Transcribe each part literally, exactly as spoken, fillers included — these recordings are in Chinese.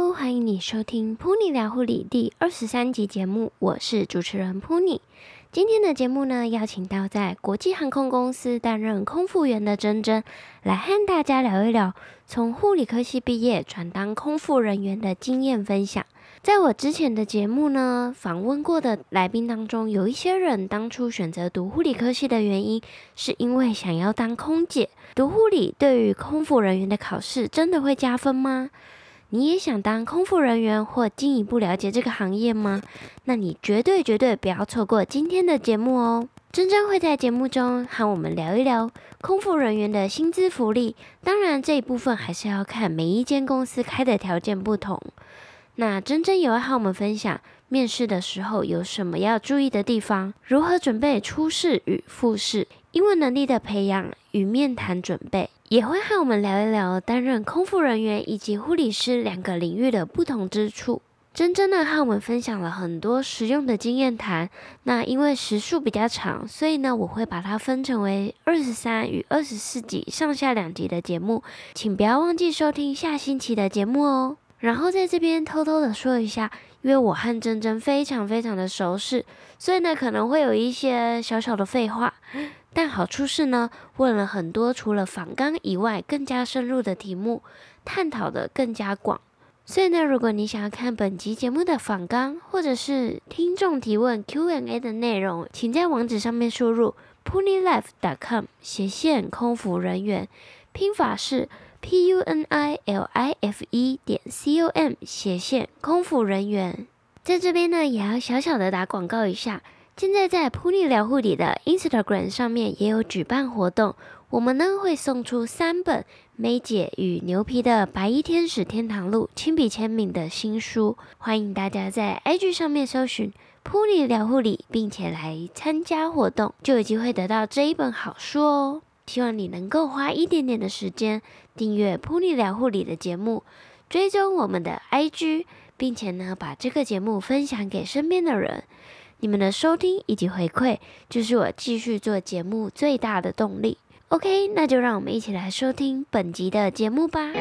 Hello， 欢迎你收听 Puni 聊护理第二十三集节目，我是主持人 Puni。今天的节目呢，邀请到在国际航空公司担任空服员的珍珍，来和大家聊一聊从护理科系毕业转当空服人员的经验分享。在我之前的节目呢，访问过的来宾当中，有一些人当初选择读护理科系的原因，是因为想要当空姐。读护理对于空服人员的考试真的会加分吗？你也想当空服人员或进一步了解这个行业吗？那你绝对绝对不要错过今天的节目哦！珍珍会在节目中和我们聊一聊空服人员的薪资福利，当然这一部分还是要看每一间公司开的条件不同。那珍珍也会和我们分享面试的时候有什么要注意的地方，如何准备初试与复试，英文能力的培养与面谈准备，也会和我们聊一聊担任空服人员以及护理师两个领域的不同之处。珍珍呢和我们分享了很多实用的经验谈，那因为时数比较长，所以呢我会把它分成为二十三与二十四集上下两集的节目，请不要忘记收听下星期的节目哦。然后在这边偷偷的说一下，因为我和珍珍非常非常的熟识，所以呢可能会有一些小小的废话，但好处是呢问了很多除了访纲以外更加深入的题目，探讨的更加广。所以呢如果你想要看本集节目的访纲或者是听众提问 Q and A 的内容，请在网址上面输入 punilife dot com 斜线空服人员，拼法是P U N I L I F E 点 C O M 斜线空服人员。在这边呢也要小小的打广告一下，现在在 Puni 聊护理的 Instagram 上面也有举办活动，我们呢会送出三本梅姐与牛皮的白衣天使天堂路亲笔签名的新书，欢迎大家在 I G 上面搜寻 Puni 聊护理，并且来参加活动，就有机会得到这一本好书哦。希望你能够花一点点的时间订阅 Puni 聊护理的节目，追踪我们的 I G， 并且呢把这个节目分享给身边的人。你们的收听以及回馈就是我继续做节目最大的动力。 OK， 那就让我们一起来收听本集的节目吧。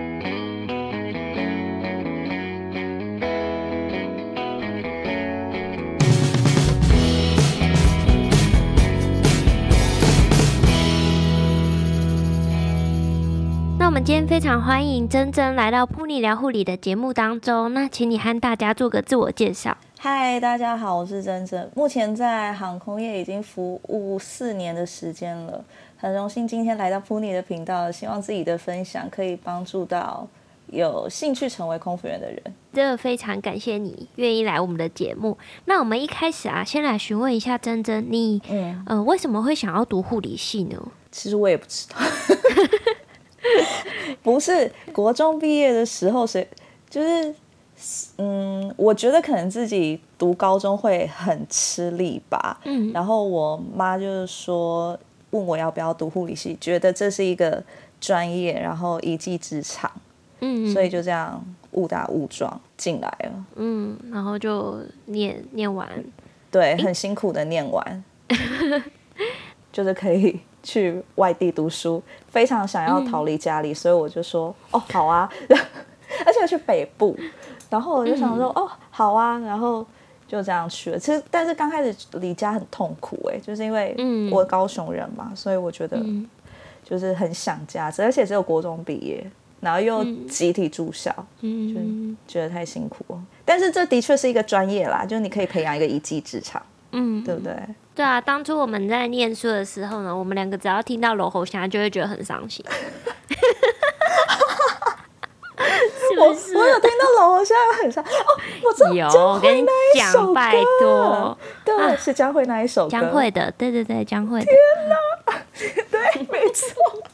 那我们今天非常欢迎珍珍来到 Puni 聊护理的节目当中，那请你和大家做个自我介绍。 嗨，大家好，我是珍珍，目前在航空业已经服务四年的时间了，很荣幸今天来到 Puni 的频道，希望自己的分享可以帮助到有兴趣成为空服员的人。 真的非常感谢你愿意来我们的节目。那我们一开始啊，先来询问一下珍珍，你嗯呃为什么会想要读护理系呢？ 其实我也不知道，不是国中毕业的时候，谁就是。嗯，我觉得可能自己读高中会很吃力吧。嗯，然后我妈就是说，问我要不要读护理系，觉得这是一个专业，然后一技之长。嗯，所以就这样误打误撞进来了。 嗯，然后就念念完， 对，很辛苦的念完，就是可以去外地读书，非常想要逃离家里，嗯、所以我就说，哦，好啊，而且去北部。然后我就想说、嗯、哦好啊，然后就这样去了。其实但是刚开始离家很痛苦哎、欸，就是因为我高雄人嘛、嗯，所以我觉得就是很想家，而且只有国中毕业，然后又集体住校，嗯，就觉得太辛苦了。但是这的确是一个专业啦，就是你可以培养一个一技之长，嗯，对不对？ 对啊，当初我们在念书的时候呢，我们两个只要听到罗喉声就会觉得很伤心。 我我有听到龙，我现在很伤哦，我知道有，我跟你讲，拜托， 对、啊，是江蕙那一首歌， 江蕙的，对对对，江蕙的。 天哪，对，没错。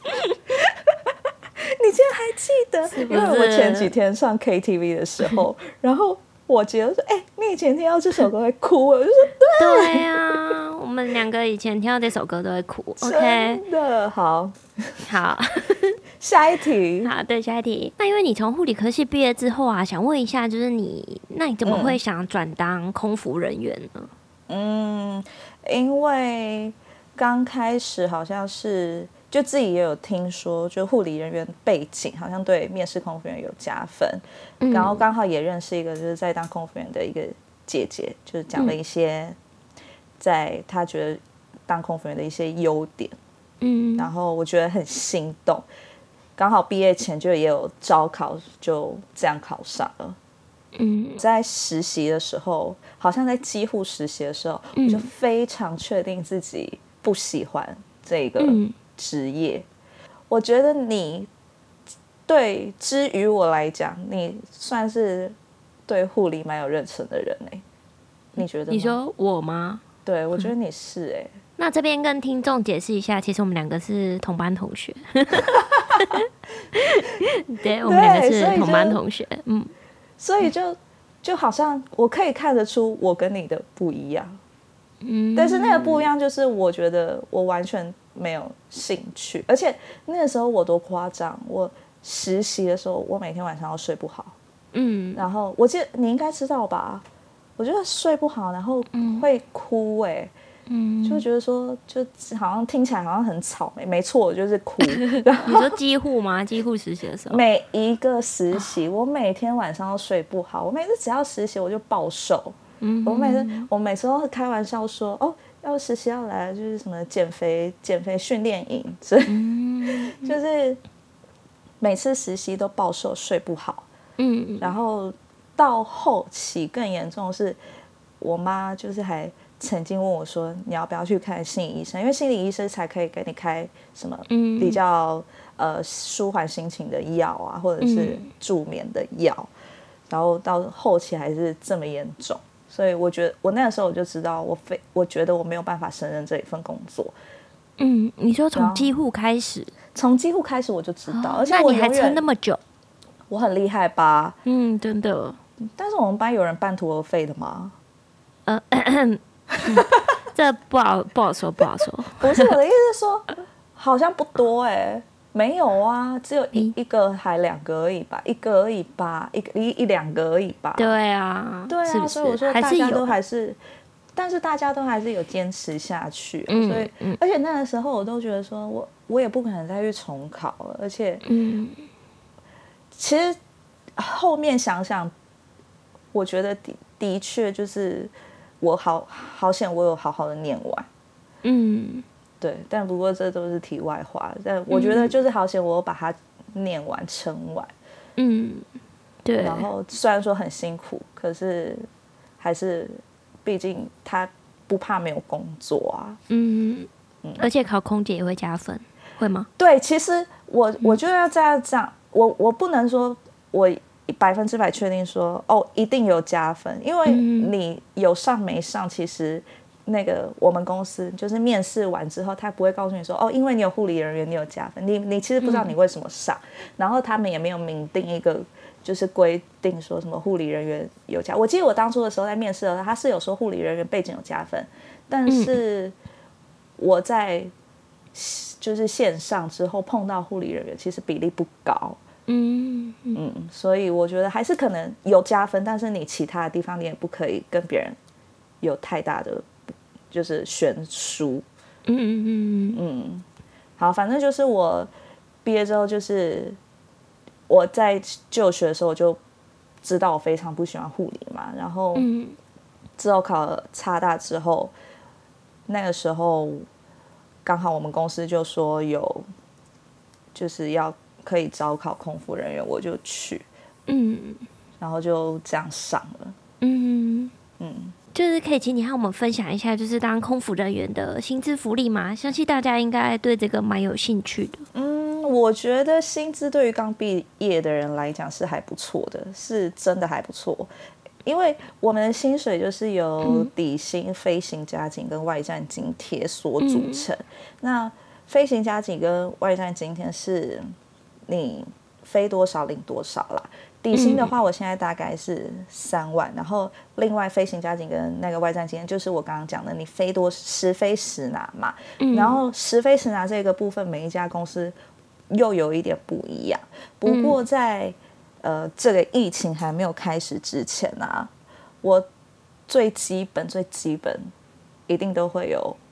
你竟然还记得？是不是？因为我前几天上 K T V 的时候，然后我姐就说：“哎、欸，你以前听到这首歌会哭？”我就说：“对。” 对啊，我们两个以前听到这首歌都会哭。OK， 真的好， 好。 下一题， 好，对，下一题。那因为你从护理科系毕业之后啊，想问一下，就是你，那你怎么会想转当空服人员呢？ 嗯，因为刚开始好像是就自己也有听说，就护理人员背景好像对面试空服员有加分，嗯、然后刚好也认识一个就是在当空服员的一个姐姐，就是讲了一些在她觉得当空服员的一些优点，嗯，然后我觉得很心动，刚好毕业前就也有招考，就这样考上了。嗯，在实习的时候，好像在几乎实习的时候，嗯、我就非常确定自己不喜欢这个职业。嗯、我觉得你对之于我来讲，你算是对护理蛮有热忱的人哎、欸，你觉得吗？ 你说我吗？ 对，我觉得你是哎、欸嗯。 那这边跟听众解释一下，其实我们两个是同班同学。对，我们两个是同班同学。嗯。 所以就就好像我可以看得出我跟你的不一样，嗯，但是那个不一样就是我觉得我完全没有兴趣，而且那个时候我多夸张，我实习的时候我每天晚上都睡不好，嗯，然后我记得你应该知道吧，我觉得睡不好，然后会哭哎、欸。嗯，就觉得说，就好像听起来好像很草莓，没错，就是哭。 你说几乎吗？几乎实习的时候， 每一个实习，我每天晚上都睡不好。我每次只要实习，我就暴瘦。嗯，我每次我每次都会开玩笑说，哦，要实习要来就是什么减肥减肥训练营，所以、嗯、就是每次实习都暴瘦，睡不好。嗯，然后到后期更严重的是，我妈就是还曾经问我说：“你要不要去看心理医生？因为心理医生才可以给你开什么比较、嗯、呃舒缓心情的药啊，或者是助眠的药。嗯”然后到后期还是这么严重，所以我觉得我那个时候我就知道我非我觉得我没有办法胜任这一份工作。 嗯，你说从几乎开始？ 从几乎开始我就知道， 哦、 而且我那你还撑那么久， 我很厉害吧？ 嗯，真的。 但是我们班有人半途而废的吗？ 呃。咳咳嗯、这不好不好说，不好说。 不是，我的意思是说，好像不多哎、欸，没有啊，只有一一个还两个而已吧，一个而已吧，一个一一两个而已吧。 对啊， 对啊，是是所以我说大家都还是，但是大家都还是有坚持下去、啊嗯，所以、嗯、而且那个时候我都觉得说我我也不可能再去重考了，而且嗯，其实后面想想，我觉得的的确就是。我好好险，我有好好的念完，嗯，对，但不过这都是题外话。但我觉得就是好险，我有把它念完、撑完，嗯， 对。 然后虽然说很辛苦，可是还是，毕竟他不怕没有工作啊，嗯嗯，而且考空姐也会加分，会吗？ 对，其实我我就要这样讲，我我不能说我。百分之百确定说哦，一定有加分，因为你有上没上，其实那个我们公司就是面试完之后，他不会告诉你说哦，因为你有护理人员，你有加分，你你其实不知道你为什么上，嗯、然后他们也没有明定一个就是规定说什么护理人员有加。我记得我当初的时候在面试的时候，他是有说护理人员背景有加分，但是我在就是线上之后碰到护理人员，其实比例不高。嗯嗯，所以我觉得还是可能有加分，但是你其他的地方你也不可以跟别人有太大的就是悬殊。嗯嗯嗯嗯，好，反正就是我毕业之后，就是我在就学的时候我就知道我非常不喜欢护理嘛，然后之后考了插大之后，那个时候刚好我们公司就说有就是要。可以招考空服人员，我就去，嗯，然后就这样上了， 嗯嗯，就是可以请你和我们分享一下，就是当空服人员的薪资福利吗？相信大家应该对这个蛮有兴趣的。 嗯，我觉得薪资对于刚毕业的人来讲是还不错的，是真的还不错，因为我们的薪水就是由底薪、飞行加薪跟外站津贴所组成。嗯、那飞行加薪跟外站津贴是你飞多少领多少啦，底薪的话，我现在大概是三万，嗯、然后另外飞行加薪跟那个外站津贴，就是我刚刚讲的，你飞多实飞实拿嘛，嗯、然后实飞实拿这个部分，每一家公司又有一点不一样。不过在、嗯、呃这个疫情还没有开始之前啊，我最基本最基本一定都会有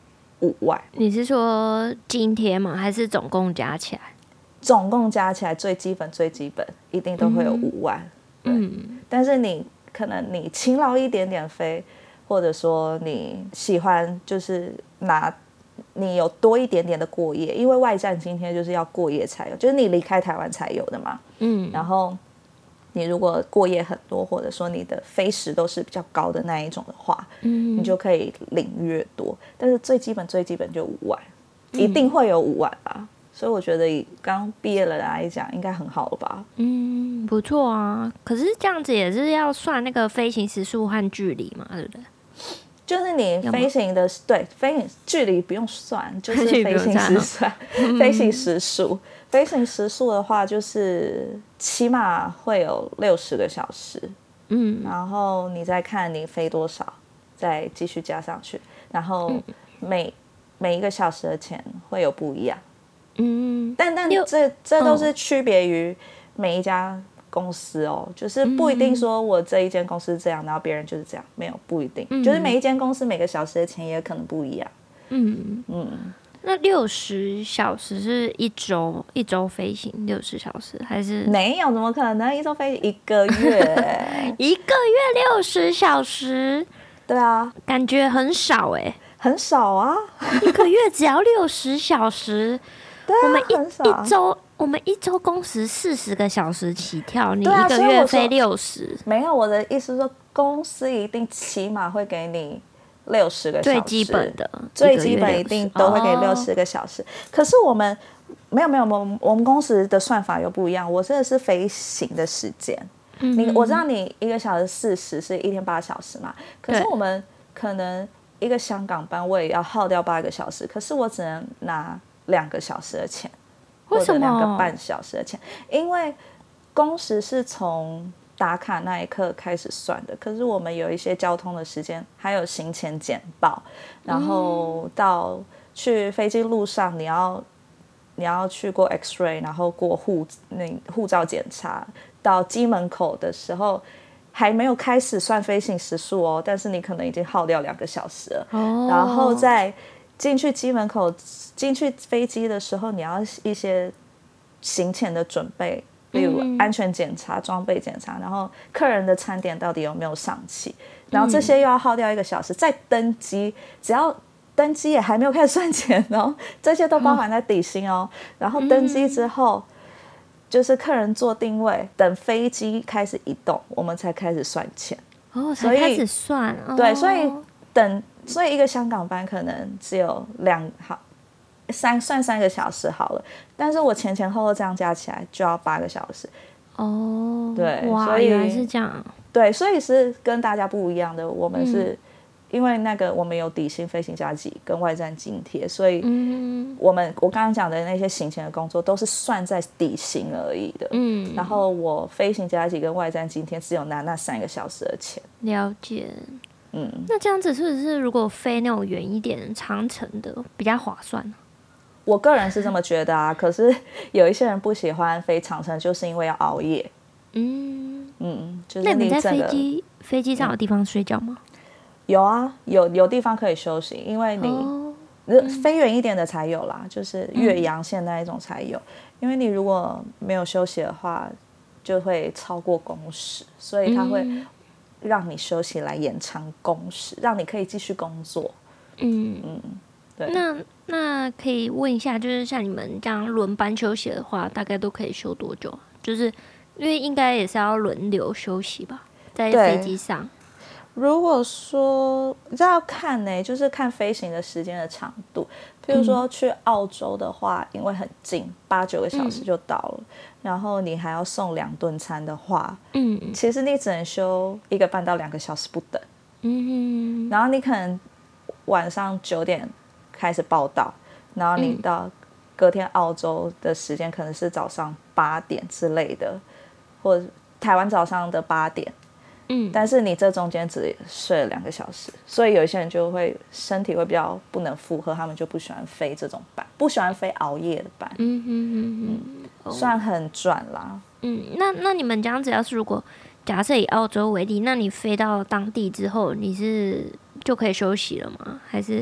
五万。 你是说津贴吗？还是总共加起来？ 总共加起来最基本最基本一定都会有五万。嗯，但是你可能你勤劳一点点飞，或者说你喜欢就是拿你有多一点点的过夜，因为外站津贴就是要过夜才有，就是你离开台湾才有的嘛。嗯，然后你如果过夜很多，或者说你的飞时都是比较高的那一种的话，嗯，你就可以领越多。但是最基本最基本就五万，一定会有五万吧。所以我觉得以刚毕业的人来讲，应该很好了吧？ 嗯，不错啊。可是这样子也是要算那个飞行时速和距离嘛，对不对？ 就是你飞行的对飞行距离不用算，就是飞行时算飞行时速。飞行时速的话，就是起码会有六十个小时。嗯，然后你再看你飞多少，再继续加上去，然后每、嗯、每一个小时的钱会有不一样。嗯，但但这这都是区别于每一家公司哦，就是不一定说我这一间公司这样，然后别人就是这样，没有不一定，嗯、就是每一间公司每个小时的钱也可能不一样。嗯嗯，那六十小时是一周一周飞行六十小时还是没有？怎么可能一周飞一个月？ 一个月六十小时？ 对啊， 感觉很少哎、欸， 很少啊， 一个月只要六十小时。 对啊， 我们一很少一周，我们一周工时四十个小时起跳，你一个月飞六十、 啊，没有，我的意思是说，公司一定起码会给你六十个小时， 最基本的， 最基本一定都会给六十个小时。哦、可是我们没有没有，我们我们公司的算法又不一样，我这个是飞行的时间。嗯、你我知道你一个小时四十是一天八小时嘛，可是我们可能一个香港班我也要耗掉八个小时，可是我只能拿两个小时的钱，或者两个半小时的钱，因为工时是从打卡那一刻开始算的。可是我们有一些交通的时间，还有行前简报，然后到去飞机路上，你要你要去过 X-ray， 然后过护那护照检查，到机门口的时候还没有开始算飞行时速哦，但是你可能已经耗掉两个小时了，哦、然后再进去机门口，进去飞机的时候，你要一些行前的准备，例如安全检查、装备检查，然后客人的餐点到底有没有上齐，然后这些又要耗掉一个小时，再登机，只要登机也还没有开始算钱哦，这些都包含在底薪哦。然后登机之后，就是客人做定位，等飞机开始移动，我们才开始算钱。 哦，才开始算。哦、 对，所以等。所以一个香港班可能只有两好三算三个小时好了，但是我前前后后这样加起来就要八个小时。 哦， 对， 哇， 所以原来是这样。 对，所以是跟大家不一样的。我们是、嗯、因为那个我们有底薪、飞行加给跟外站津贴，所以我们我刚刚讲的那些行前的工作都是算在底薪而已的。嗯，然后我飞行加给跟外站津贴只有拿那三个小时的钱。 了解。嗯，那这样子是不是如果飞那种远一点长程的比较划算呢？ 我个人是这么觉得啊，可是有一些人不喜欢飞长程，就是因为要熬夜。嗯嗯，就是那你在飞机飞机上有地方睡觉吗？ 有啊，有有地方可以休息，因为你、哦嗯、飞远一点的才有啦，就是越洋线那一种才有。嗯、因为你如果没有休息的话，就会超过工时，所以它会。嗯让你休息来延长工时，让你可以继续工作。嗯嗯，对。 那那可以问一下，就是像你们这样轮班休息的话，大概都可以休多久？就是因为应该也是要轮流休息吧，在飞机上。 如果说这要看呢、欸，就是看飞行的时间的长度。譬如说去澳洲的话，因为很近，八九个小时就到了。嗯、然后你还要送两顿餐的话，嗯，其实你只能休一个半到两个小时不等。嗯，然后你可能晚上九点开始报到，然后你到隔天澳洲的时间可能是早上八点之类的，或者台湾早上的八点。嗯，但是你这中间只睡了两个小时，所以有一些人就会身体会比较不能负荷，他们就不喜欢飞这种班，不喜欢飞熬夜的班。嗯哼哼哼，嗯，算很赚啦。 嗯，那那你们这样子，要是如果假设以澳洲为例，那你飞到当地之后，你是就可以休息了吗？还是？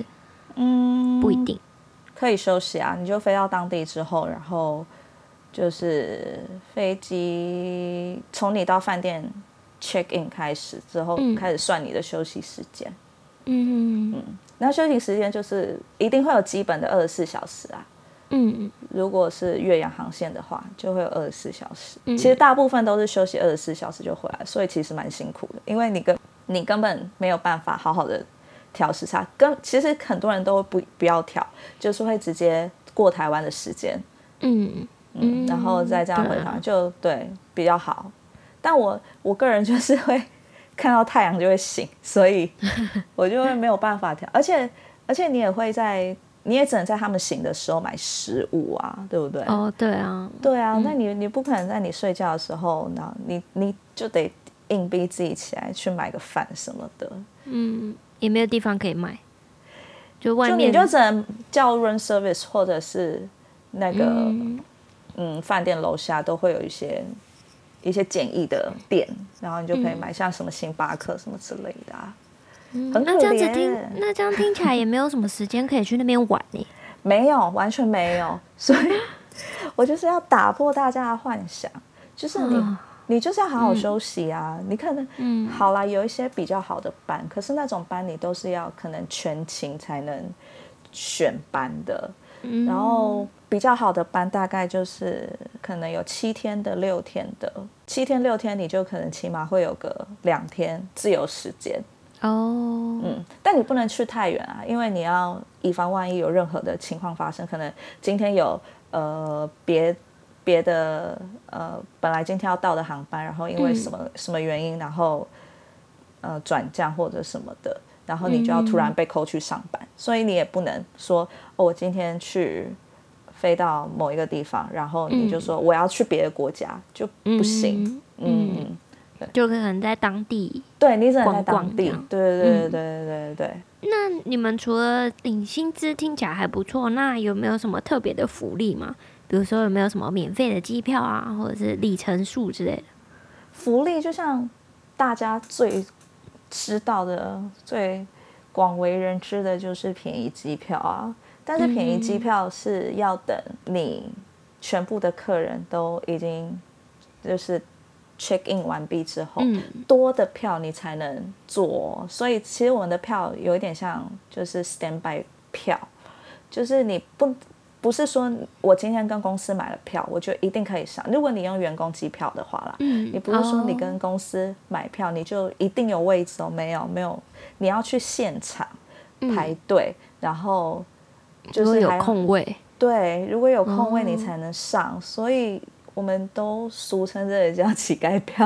嗯， 不一定。 可以休息啊，你就飞到当地之后，然后就是飞机从你到饭店 check in 开始之后， 嗯开始算你的休息时间。 嗯嗯那休息时间就是一定会有基本的二十四小时啊。 嗯如果是越洋航线的话，就会有二十四小时。 嗯其实大部分都是休息二十四小时就回来，所以其实蛮辛苦的，因为你根你根本没有办法好好的调时差。跟其实很多人都不不要调，就是会直接过台湾的时间， 嗯嗯，然后再这样回台湾， 对啊就对比较好。但我我个人就是会看到太阳就会醒，所以我就会没有办法调，而且而且你也会在。你也只能在他们醒的时候买食物啊，对不对？ 哦，对啊， 对啊，嗯、那你你不可能在你睡觉的时候，那你你就得硬逼自己起来去买个饭什么的。 嗯，也没有地方可以买，就外就面你就只能叫 room service 或者是那个嗯嗯饭店楼下都会有一些一些简易的店，然后你就可以买像什么星巴克什么之类的啊。 嗯， 很可那这样子听怜， 那这样听起来也没有什么时间可以去那边玩呢。 没有，完全没有，所以我就是要打破大家的幻想，就是你、 啊你就是要好好休息啊。你可能嗯好啦，有一些比较好的班，可是那种班你都是要可能全勤才能选班的， 嗯然后比较好的班大概就是可能有七天的、六天的，七天六天你就可能起码会有个两天自由时间。 哦， 嗯，但你不能去太远啊，因为你要以防万一有任何的情况发生，可能今天有呃别别的呃本来今天要到的航班，然后因为什么、嗯、什么原因，然后呃转降或者什么的，然后你就要突然被扣去上班，嗯、所以你也不能说哦，我今天去飞到某一个地方，然后你就说我要去别的国家，就不行。嗯嗯。嗯就可能在当地， 对你只能在当地， 逛对对对对对对对。 那你们除了领薪资听起来还不错，那有没有什么特别的福利吗？比如说有没有什么免费的机票啊，或者是里程数之类的？ 福利就像大家最知道的、最广为人知的就是便宜机票啊。但是便宜机票是要等你全部的客人都已经就是check in 完毕之后、嗯，多的票你才能坐，所以其实我们的票有一点像就是 standby 票，就是你不不是说我今天跟公司买了票，我就一定可以上。如果你用员工机票的话啦，嗯，你不是说你跟公司买票、哦、你就一定有位置哦，没有没有，你要去现场排队、嗯，然后就是有空位， 对，如果有空位你才能上，哦、所以。我们都俗称这个叫乞丐票，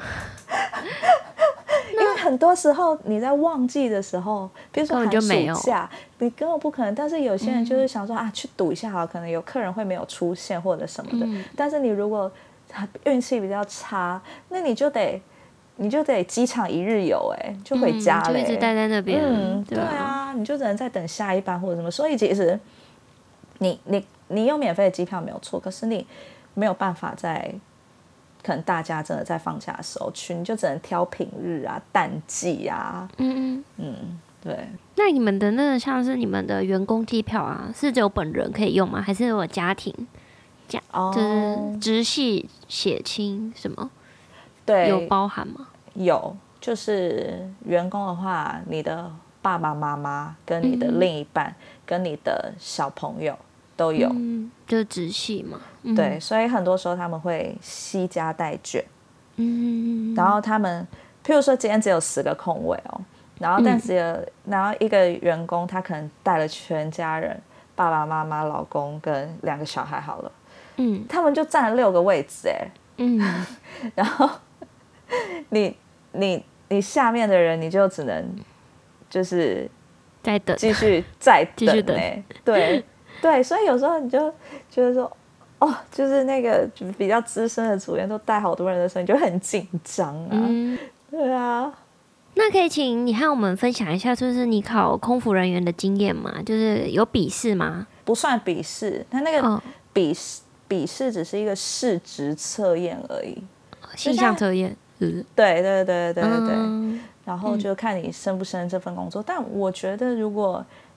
因为很多时候你在旺季的时候，比如说寒暑假，你根本不可能。但是有些人就是想说、嗯、啊，去赌一下好，可能有客人会没有出现或者什么的。嗯、但是你如果运气比较差，那你就得你就得机场一日游、欸，哎，就回家了、欸嗯，就一直待在那边。 嗯，对啊，你就只能再等下一班或者什么。所以其实你你你用免费的机票没有错，可是你。没有办法在可能大家真的在放假的时候去，你就只能挑平日啊、淡季啊。嗯嗯嗯，对。 那你们的那个像是你们的员工机票啊，是只有本人可以用吗？还是有家庭家、哦、就是直系血亲什么？ 对， 有包含吗？ 有，就是员工的话，你的爸爸妈妈跟你的另一半、嗯、跟你的小朋友。都有、嗯， 就是直系嘛、 嗯，对，所以很多时候他们会携家带眷，嗯，然后他们，譬如说今天只有十个空位哦，然后但只有、嗯，然后一个员工他可能带了全家人，爸爸妈妈、老公跟两个小孩好了，嗯，他们就占了六个位置哎，嗯，然后你你你下面的人你就只能就是再等， 继续再等， 继续等， 对。对，所以有时候你就觉得说，哦，就是那个比较资深的组员都带好多人的时候，你就很紧张啊。嗯，对啊。 那可以请你和我们分享一下，就是你考空服人员的经验吗？就是有笔试吗？ 不算笔试，它那个笔试、哦、笔试只是一个试职测验而已， 性向测验。 嗯，对对对对对对。嗯、然后就看你胜不胜这份工作、嗯，但我觉得如果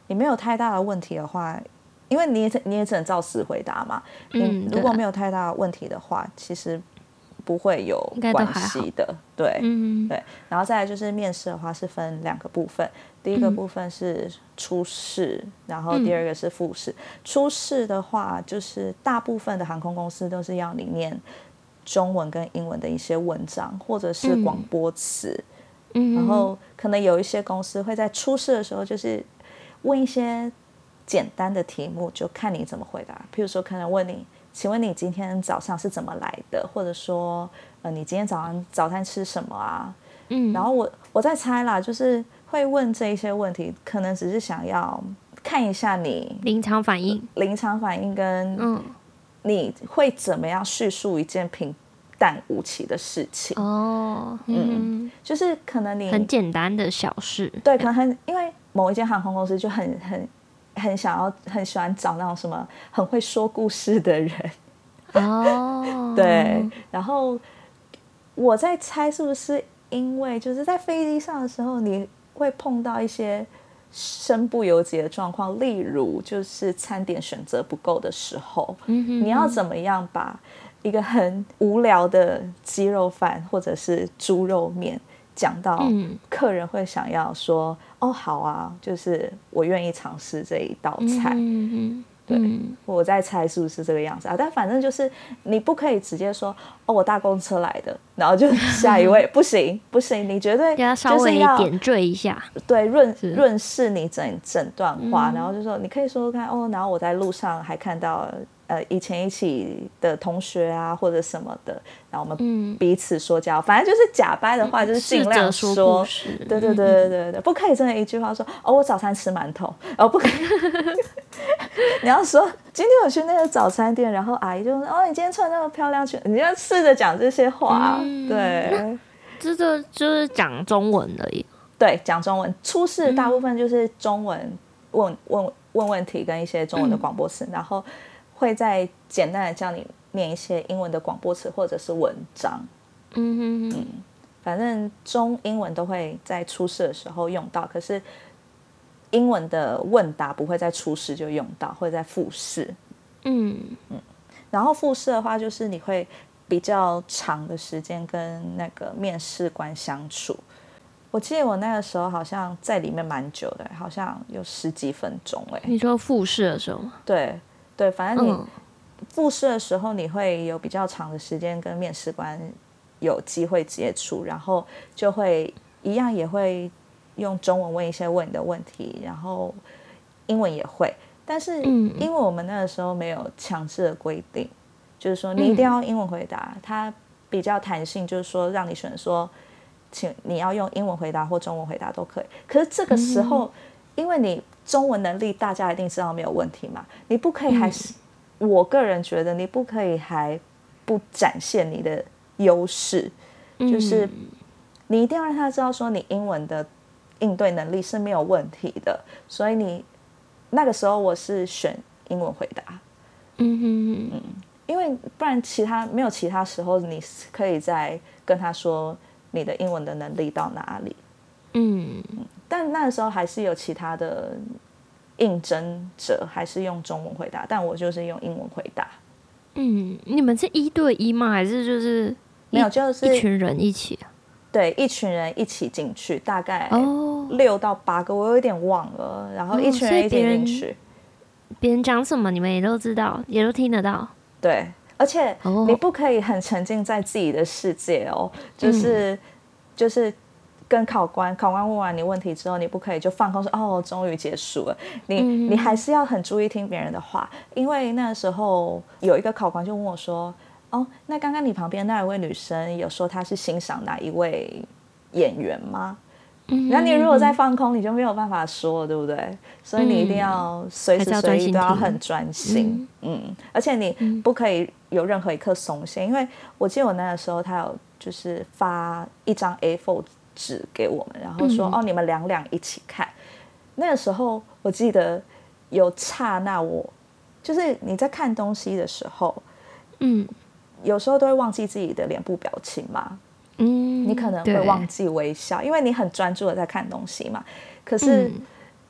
你没有太大的问题的话，因为你也你也只能照实回答嘛。 嗯， 你如果没有太大的问题的话，其实不会有关系的。对， 嗯， 对。然后再来就是面试的话是分两个部分，第一个部分是初试，然后第二个是复试。初试的话，就是大部分的航空公司都是要你念中文跟英文的一些文章或者是广播词。嗯，然后可能有一些公司会在初试的时候就是问一些简单的题目，就看你怎么回答。譬如说可能问你，请问你今天早上是怎么来的，或者说呃你今天早上早餐吃什么啊。嗯，然后我我在猜啦，就是会问这一些问题，可能只是想要看一下你临场反应临场反应跟你会怎么样叙述一件平淡无奇的事情。 哦， 嗯，嗯，就是可能你很简单的小事， 对，可能很因为某一间航空公司就很很很想要很喜欢找那种什么很会说故事的人。 哦， 对，然后我在猜是不是因为就是在飞机上的时候你会碰到一些身不由己的状况，例如就是餐点选择不够的时候，嗯哼哼，你要怎么样把一个很无聊的鸡肉饭或者是猪肉面讲到客人会想要说、嗯、哦好啊，就是我愿意尝试这一道菜。嗯哼，对、嗯，我在猜是不是这个样子啊？但反正就是你不可以直接说哦，我搭公车来的，然后就下一位，不行不行，你绝对要稍微点缀一下， 对，润润饰你整整段话、嗯，然后就说你可以说说看哦，然后我在路上还看到呃以前一起的同学啊或者什么的，然后我们彼此说教，嗯、反正就是假掰的话、嗯、就是尽量说， 说对对对对对对，不可以真的一句话说哦，我早餐吃馒头，哦不可以。你要说今天我去那个早餐店，然后阿姨就说哦，你今天穿那么漂亮裙，你要试着讲这些话、嗯、对， 这个就是讲中文而已。 对，讲中文。初试大部分就是中文问问问问题跟一些中文的广播词、嗯、然后会再简单的叫你念一些英文的广播词或者是文章。嗯哼哼，嗯，反正中英文都会在初试的时候用到，可是英文的问答不会在初试就用到，会在复试。嗯嗯，然后复试的话，就是你会比较长的时间跟那个面试官相处。我记得我那个时候好像在里面蛮久的，好像有十几分钟哎。 你说复试的时候吗？ 对对，反正你复试的时候，你会有比较长的时间跟面试官有机会接触，然后就会一样也会用中文问一些问你的问题，然后英文也会，但是因为我们那个时候没有强制的规定，就是说你一定要英文回答，它比较弹性，就是说让你选说请你要用英文回答或中文回答都可以。可是这个时候、嗯、因为你中文能力大家一定知道没有问题嘛，你不可以还是、嗯、我个人觉得你不可以还不展现你的优势、嗯、就是你一定要让他知道说你英文的应对能力是没有问题的，所以你那个时候我是选英文回答。嗯哼嗯，因为不然其他没有其他时候你可以再跟他说你的英文的能力到哪里。嗯，但那个时候还是有其他的应征者还是用中文回答，但我就是用英文回答。 嗯，你们是一对一吗？还是就是没有，就是一群人一起、啊、 对，一群人一起进去，大概六到八个，我有点忘了。然后一群人一起进去， 别、哦、人讲什么你们也都知道，也都听得到。 对，而且你不可以很沉浸在自己的世界哦，就是、嗯、就是跟考官，考官问完你问题之后，你不可以就放空说哦，终于结束了。你、嗯、你还是要很注意听别人的话，因为那时候有一个考官就问我说，哦，那刚刚你旁边那一位女生有说她是欣赏哪一位演员吗？嗯，那你如果再放空，你就没有办法说，对不对？所以你一定要随时随地都要很专心。嗯, 嗯，而且你不可以有任何一刻松懈，因为我记得我那个时候他有就是发一张 A 四 纸给我们，然后说、嗯、哦，你们两两一起看。那个时候我记得有刹那我，我就是你在看东西的时候，嗯，有时候都会忘记自己的脸部表情嘛。嗯，你可能会忘记微笑，因为你很专注的在看东西嘛。可是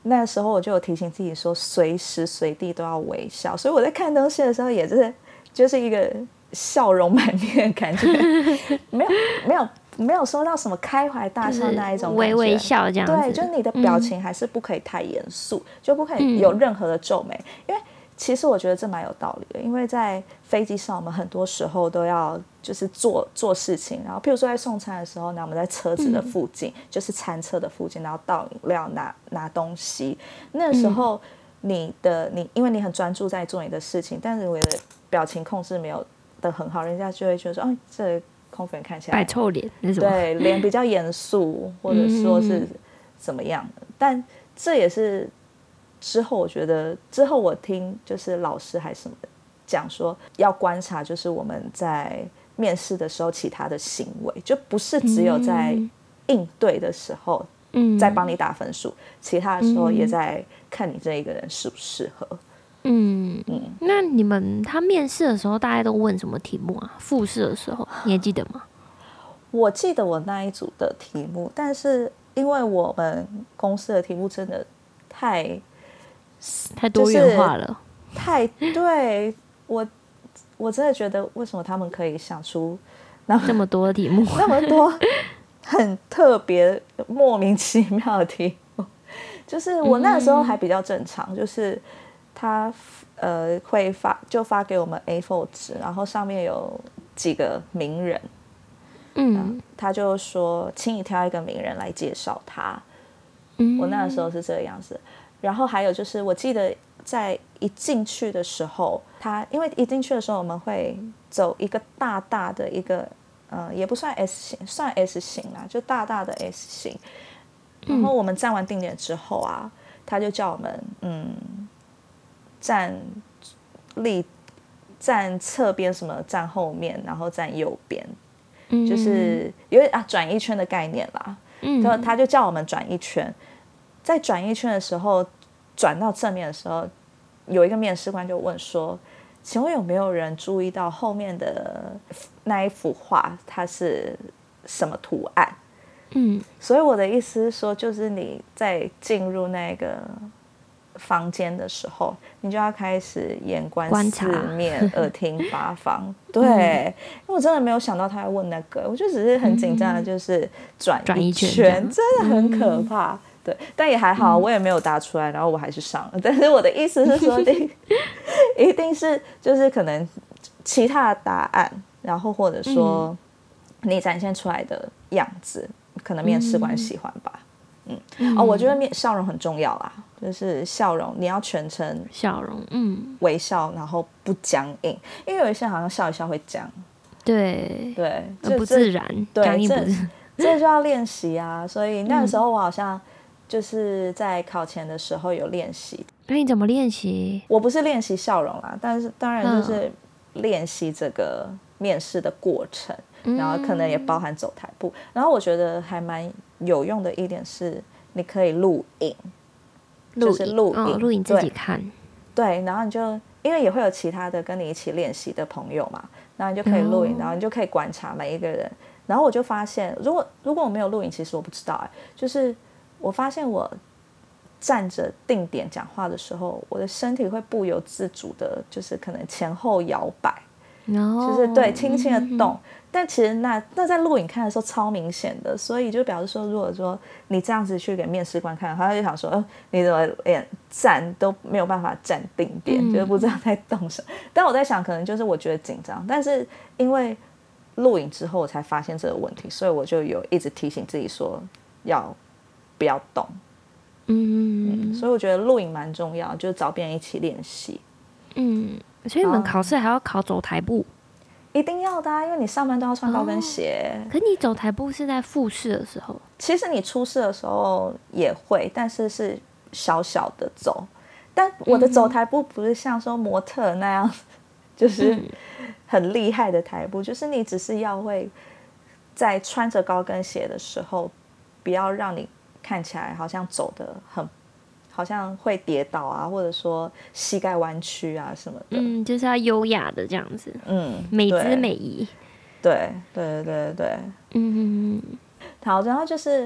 那时候我就有提醒自己说，随时随地都要微笑，所以我在看东西的时候也是就是一个笑容满面的感觉，没有没有没有说到什么开怀大笑那一种感觉， 微微笑这样子。 对，就你的表情还是不可以太严肃，嗯、就不可以有任何的皱眉，因为其实我觉得这蛮有道理的，因为在飞机上我们很多时候都要就是做做事情，然后譬如说在送餐的时候，那我们在车子的附近，嗯、就是餐车的附近，然后倒饮料、拿拿东西，那时候你的你因为你很专注在做你的事情，但是我的表情控制没有的很好，人家就会觉得说，哦，这空服员看起来摆臭脸那种， 对，脸比较严肃，或者说是怎么样的，但这也是。之后我觉得，之后我听就是老师还什么的讲说，要观察就是我们在面试的时候其他的行为，就不是只有在应对的时候，嗯，在帮你打分数，其他的时候也在看你这一个人适不适合。 嗯嗯，那你们他面试的时候大概都问什么题目啊？复试的时候你还记得吗？ 我记得我那一组的题目，但是因为我们公司的题目真的太。 太多元化了， 就是、太对我，我真的觉得为什么他们可以想出那么这么多的题目， 那么多很特别、莫名其妙的题目。就是我那时候还比较正常，嗯、就是他呃会发就发给我们 A 四 纸，然后上面有几个名人，嗯，他就说请你挑一个名人来介绍他。嗯，我那时候是这个样子。然后还有就是，我记得在一进去的时候，他因为一进去的时候，我们会走一个大大的一个，呃，也不算 S 型，算 S 型啦，就大大的 S 型。然后我们站完定点之后啊，他就叫我们，嗯，站立站侧边什么站后面，然后站右边，嗯、就是有点啊转一圈的概念啦。嗯，他他就叫我们转一圈。在转一圈的时候，转到正面的时候，有一个面试官就问说：“请问有没有人注意到后面的那一幅画它是什么图案？”嗯，所以我的意思是说，就是你在进入那个房间的时候，你就要开始眼观四面，耳听八方。对，嗯、因为我真的没有想到他会问那个，我就只是很紧张的，就是转一圈， 转一圈真的很可怕。嗯对，但也还好，我也没有答出来，然后我还是上了。但是我的意思是说，一定是就是可能其他的答案，然后或者说你展现出来的样子，可能面试官喜欢吧。嗯，嗯哦，我觉得面笑容很重要啦，就是笑容你要全程笑容，嗯， 微笑，然后不僵硬，因为有一些好像笑一笑会僵， 对对， 不自然，僵硬不自然， 这就要练习啊。所以那个时候我好像。就是在考前的时候有练习。 那你怎么练习？ 我不是练习笑容啦，但是当然就是练习这个面试的过程，嗯、然后可能也包含走台步。然后我觉得还蛮有用的一点是，你可以录影，就是录影， 录影、哦、自己看。 对，然后你就因为也会有其他的跟你一起练习的朋友嘛，然后你就可以录影，哦、然后你就可以观察每一个人。然后我就发现，如果如果我没有录影，其实我不知道哎、欸，就是。我发现我站着定点讲话的时候，我的身体会不由自主的，就是可能前后摇摆， oh, 就是对轻轻的动。 嗯、 但其实那那在录影看的时候超明显的，所以就表示说，如果说你这样子去给面试官看，他就想说，呃、你怎么连站都没有办法站定点，嗯、就是不知道在动什么。但我在想，可能就是我觉得紧张，但是因为录影之后我才发现这个问题，所以我就有一直提醒自己说要。不要动， 嗯, 嗯，所以我觉得录影蛮重要，就是找别人一起练习。 嗯，所以你们考试还要考走台步？ 一定要的、啊，因为你上班都要穿高跟鞋。 哦、可你走台步是在复试的时候？ 其实你初试的时候也会，但是是小小的走。但我的走台步不是像说模特那样，嗯、就是很厉害的台步，就是你只是要会在穿着高跟鞋的时候，不要让你。看起来好像走得很，好像会跌倒啊，或者说膝盖弯曲啊什么的。 嗯，就是要优雅的这样子。 嗯， 美姿美仪。 对对对对对。 嗯。 好，然后就是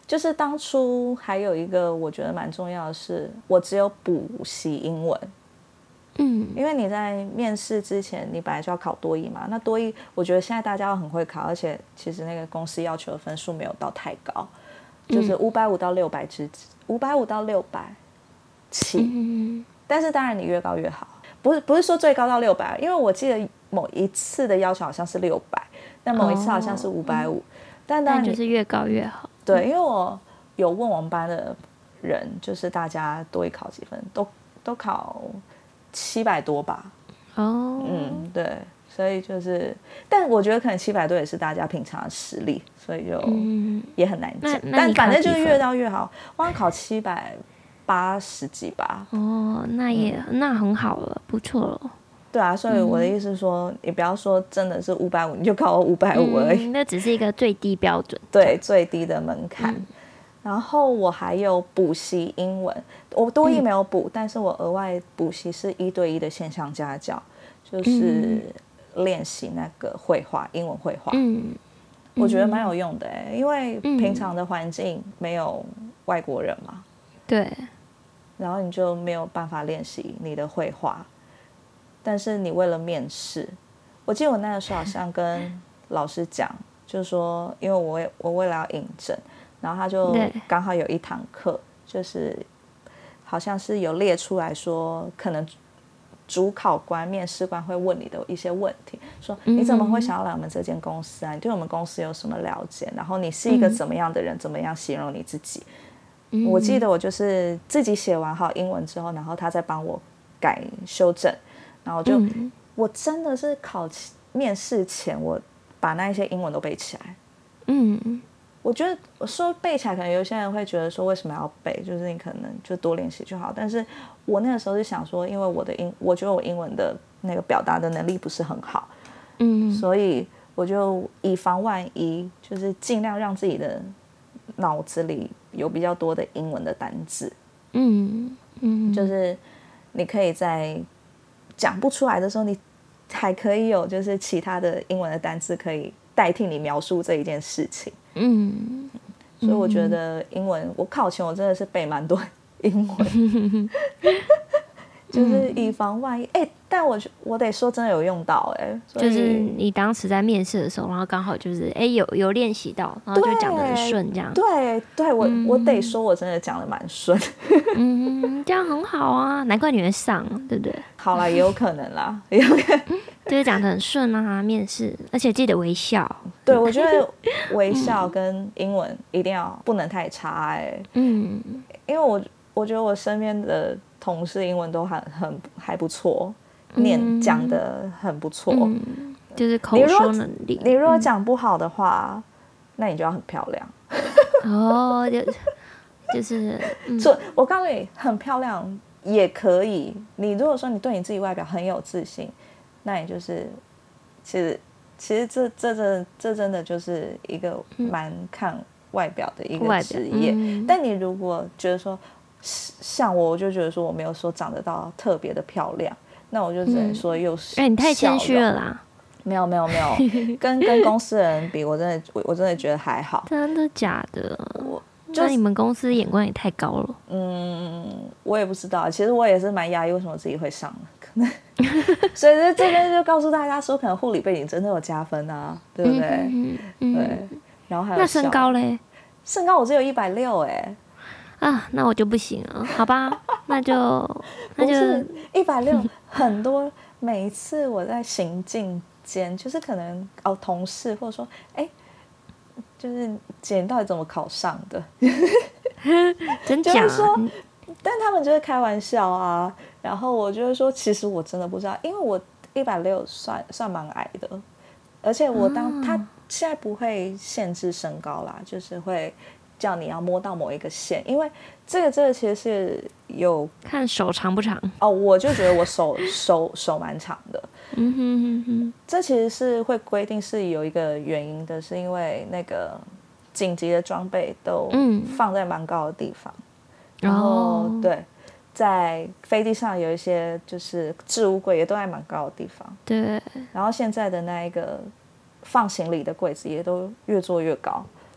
就是当初还有一个我觉得蛮重要的是，我只有补习英文。 嗯， 因为你在面试之前，你本来就要考多益嘛。那多益，我觉得现在大家都很会考，而且其实那个公司要求的分数没有到太高，就是五百五到六百之，五百五到六百起。嗯，但是当然你越高越好，不是不是说最高到六百，因为我记得某一次的要求好像是六百，但某一次好像是五百五。 哦， 但当然就是越高越好。 对，因为我有问我们班的人，就是大家多益考几分，都都考七百多吧。 哦， 嗯，对，所以就是，但我觉得可能七百多也是大家平常的实力，所以就也很难讲。 嗯， 但反正就是越高越好，我好像考七百八十几吧。 哦，那也、嗯、那很好了，不错了。 对啊，所以我的意思是说，嗯、你不要说真的是五百五，你就考五百五而已、 嗯，那只是一个最低标准， 对，最低的门槛。嗯，然后我还有补习英文，我多益没有补、嗯，但是我额外补习是一对一的线上家教，就是练习那个绘画，英文绘画。嗯，我觉得蛮有用的哎、欸，因为平常的环境没有外国人嘛。 对。 然后你就没有办法练习你的绘画，但是你为了面试，我记得我那个时候好像跟老师讲，就是说，因为我为我为了要应征。然后他就刚好有一堂课，就是好像是有列出来说，可能主考官、面试官会问你的一些问题，说你怎么会想要来我们这间公司啊？你对我们公司有什么了解？然后你是一个怎么样的人？怎么样形容你自己？我记得我就是自己写完好英文之后，然后他再帮我改修正，然后就、嗯、我真的是考面试前，我把那一些英文都背起来。嗯。我觉得我说背起来，可能有些人会觉得说为什么要背，就是你可能就多练习就好。但是我那个时候是想说，因为我的英，我觉得我英文的那个表达的能力不是很好，嗯，所以我就以防万一，就是尽量让自己的脑子里有比较多的英文的单字，嗯嗯，就是你可以在讲不出来的时候，你还可以有就是其他的英文的单字可以代替你描述这一件事情。嗯，所以我觉得英文，我考前我真的是背蛮多英文，就是以防万一。哎、欸，但我我得说真的有用到哎、欸， 就是你当时在面试的时候，然后刚好就是哎、欸、有有练习到，然后就讲得很顺这样。 对对，我、嗯、我得说我真的讲得蛮顺。 嗯，这样很好啊，难怪你会上，对不对？ 好啦，也有可能啦，也有可能。 就是讲得很顺啊，面试，而且记得微笑。 对，我觉得微笑跟英文一定要不能太差哎、欸。嗯，因为我我觉得我身边的同事英文都很很还不错，念讲得很不错、嗯， 就是口说能力。 你如果讲不好的话、嗯，那你就要很漂亮。 哦，就就是， 嗯、我告诉你，很漂亮也可以。你如果说你对你自己外表很有自信，那你就是其实。其实这这这这真的就是一个蛮看外表的一个职业、嗯，但你如果觉得说像我，我就觉得说我没有说长得到特别的漂亮，那我就只能说又是。 哎、嗯欸，你太谦虚了啦！ 没有没有没有，跟跟公司的人比，我真的我我真的觉得还好。 真的假的？我那你们公司眼光也太高了。 嗯，我也不知道，其实我也是蛮压抑，为什么自己会上的。所以在这边就告诉大家说，可能护理背景真的有加分啊，对不对？嗯嗯、对。然后还有那身高嘞？ 身高我只有一百六哎。 啊，那我就不行了，好吧？那就那就一百六很多。每一次我在行进间，就是可能哦，同事或者说，哎，就是姐你到底怎么考上的？ 真假？ 就是说，但他们就是开玩笑啊。然后我就会说，其实我真的不知道，因为我一百六算算蛮矮的，而且我当、哦、他现在不会限制身高啦，就是会叫你要摸到某一个线，因为这个这个其实是有看手长不长哦，我就觉得我手手手蛮长的，嗯哼哼哼，这其实是会规定是有一个原因的，是因为那个紧急的装备都放在蛮高的地方，嗯、然后、哦、对。在飞机上有一些就是置物柜也都在蛮高的地方， 对。 然后现在的那一个放行李的柜子也都越做越高，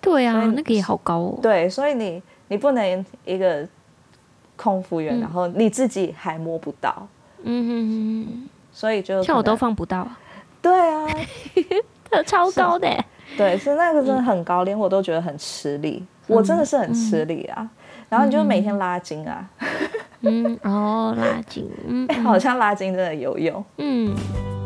对啊，那个也好高哦。 对，所以你你不能一个空服员， 嗯然后你自己还摸不到， 嗯哼哼哼， 所以就像我都放不到啊。 对啊， 超高的耶。 对，是那个真的很高，连我都觉得很吃力，我真的是很吃力啊。然后你就每天拉筋啊， 嗯，哦，拉筋，嗯， 欸好像拉筋真的有用。 嗯。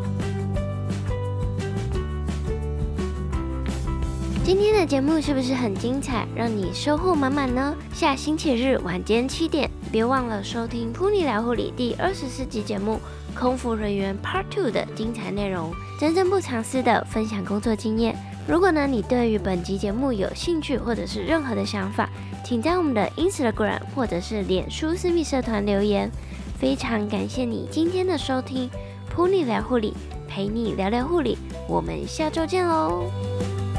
今天的节目是不是很精彩，让你收获满满呢？下星期日晚间七点，别忘了收听《噗妮聊护理》第二十四集节目《空服人员 Part Two》的精彩内容，真正不藏私的分享工作经验。如果呢你对于本集节目有兴趣，或者是任何的想法，请在我们的 Instagram 或者是脸书私密社团留言。非常感谢你今天的收听，噗妮聊护理，陪你聊聊护理，我们下周见喽。